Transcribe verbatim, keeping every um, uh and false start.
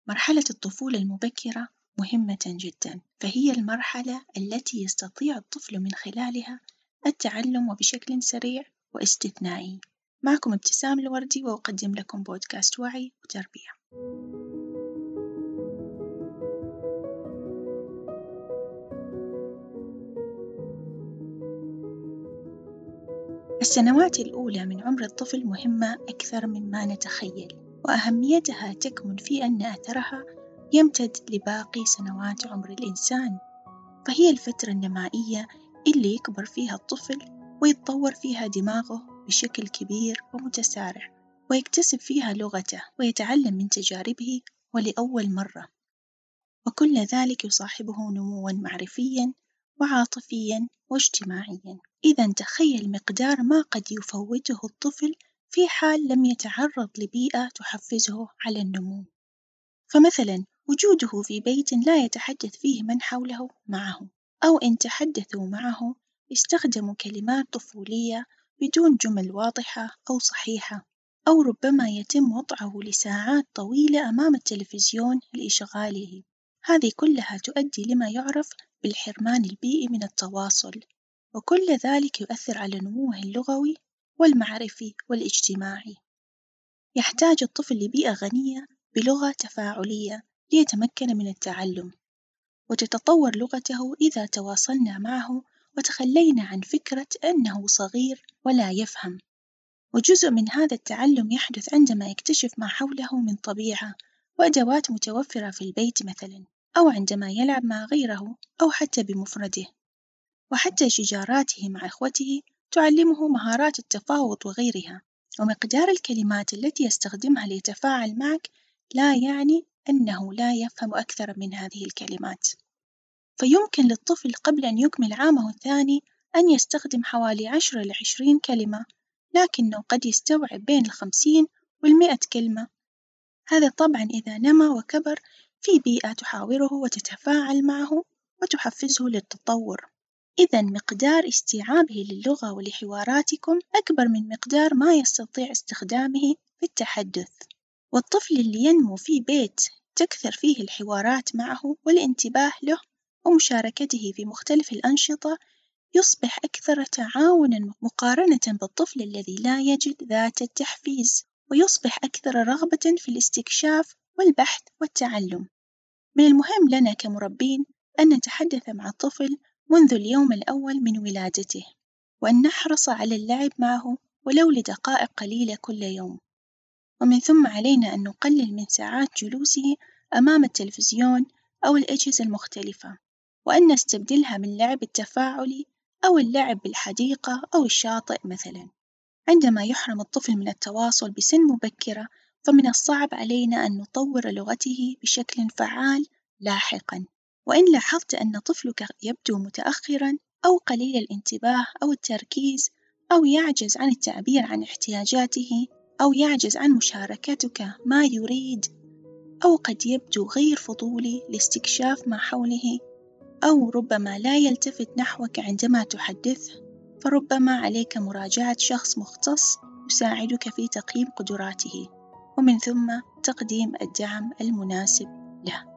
مرحلة الطفولة المبكرة مهمة جدًا، فهي المرحلة التي يستطيع الطفل من خلالها التعلم وبشكل سريع واستثنائي. معكم ابتسام الوردي وأقدم لكم بودكاست وعي وتربية. السنوات الأولى من عمر الطفل مهمة أكثر مما نتخيل، وأهميتها تكمن في أن أثرها يمتد لباقي سنوات عمر الإنسان، فهي الفترة النمائية اللي يكبر فيها الطفل ويتطور فيها دماغه بشكل كبير ومتسارع، ويكتسب فيها لغته ويتعلم من تجاربه ولأول مرة، وكل ذلك يصاحبه نمواً معرفياً وعاطفياً واجتماعياً. إذا تخيل مقدار ما قد يفوته الطفل في حال لم يتعرض لبيئة تحفزه على النمو. فمثلاً وجوده في بيت لا يتحدث فيه من حوله معه، أو إن تحدثوا معه استخدموا كلمات طفولية بدون جمل واضحة أو صحيحة، أو ربما يتم وضعه لساعات طويلة أمام التلفزيون لإشغاله. هذه كلها تؤدي لما يعرف بالحرمان البيئي من التواصل، وكل ذلك يؤثر على نموه اللغوي والمعرفي والاجتماعي. يحتاج الطفل لبيئة غنية بلغة تفاعلية ليتمكن من التعلم، وتتطور لغته إذا تواصلنا معه وتخلينا عن فكرة أنه صغير ولا يفهم. وجزء من هذا التعلم يحدث عندما يكتشف ما حوله من طبيعة وأدوات متوفرة في البيت مثلاً، أو عندما يلعب مع غيره أو حتى بمفرده. وحتى شجاراته مع إخوته تعلمه مهارات التفاوض وغيرها. ومقدار الكلمات التي يستخدمها ليتفاعل معك لا يعني أنه لا يفهم أكثر من هذه الكلمات. فيمكن للطفل قبل أن يكمل عامه الثاني أن يستخدم حوالي عشرة إلى عشرين كلمة، لكنه قد يستوعب بين الخمسين والمئة كلمة. هذا طبعاً إذا نما وكبر في بيئة تحاوره وتتفاعل معه وتحفزه للتطور. إذا مقدار استيعابه للغة ولحواراتكم أكبر من مقدار ما يستطيع استخدامه في التحدث. والطفل اللي ينمو في بيت تكثر فيه الحوارات معه والانتباه له ومشاركته في مختلف الأنشطة يصبح أكثر تعاوناً مقارنة بالطفل الذي لا يجد ذات التحفيز، ويصبح أكثر رغبة في الاستكشاف والبحث والتعلم. من المهم لنا كمربين أن نتحدث مع الطفل منذ اليوم الأول من ولادته، وأن نحرص على اللعب معه ولو لدقائق قليلة كل يوم. ومن ثم علينا أن نقلل من ساعات جلوسه أمام التلفزيون أو الأجهزة المختلفة، وأن نستبدلها من اللعب التفاعلي أو اللعب بالحديقة أو الشاطئ مثلاً. عندما يحرم الطفل من التواصل بسن مبكرة، فمن الصعب علينا أن نطور لغته بشكل فعال لاحقاً. وإن لاحظت أن طفلك يبدو متأخراً أو قليل الانتباه أو التركيز، أو يعجز عن التعبير عن احتياجاته، أو يعجز عن مشاركتك ما يريد، أو قد يبدو غير فضولي لاستكشاف ما حوله، أو ربما لا يلتفت نحوك عندما تحدثه، فربما عليك مراجعة شخص مختص يساعدك في تقييم قدراته، ومن ثم تقديم الدعم المناسب له.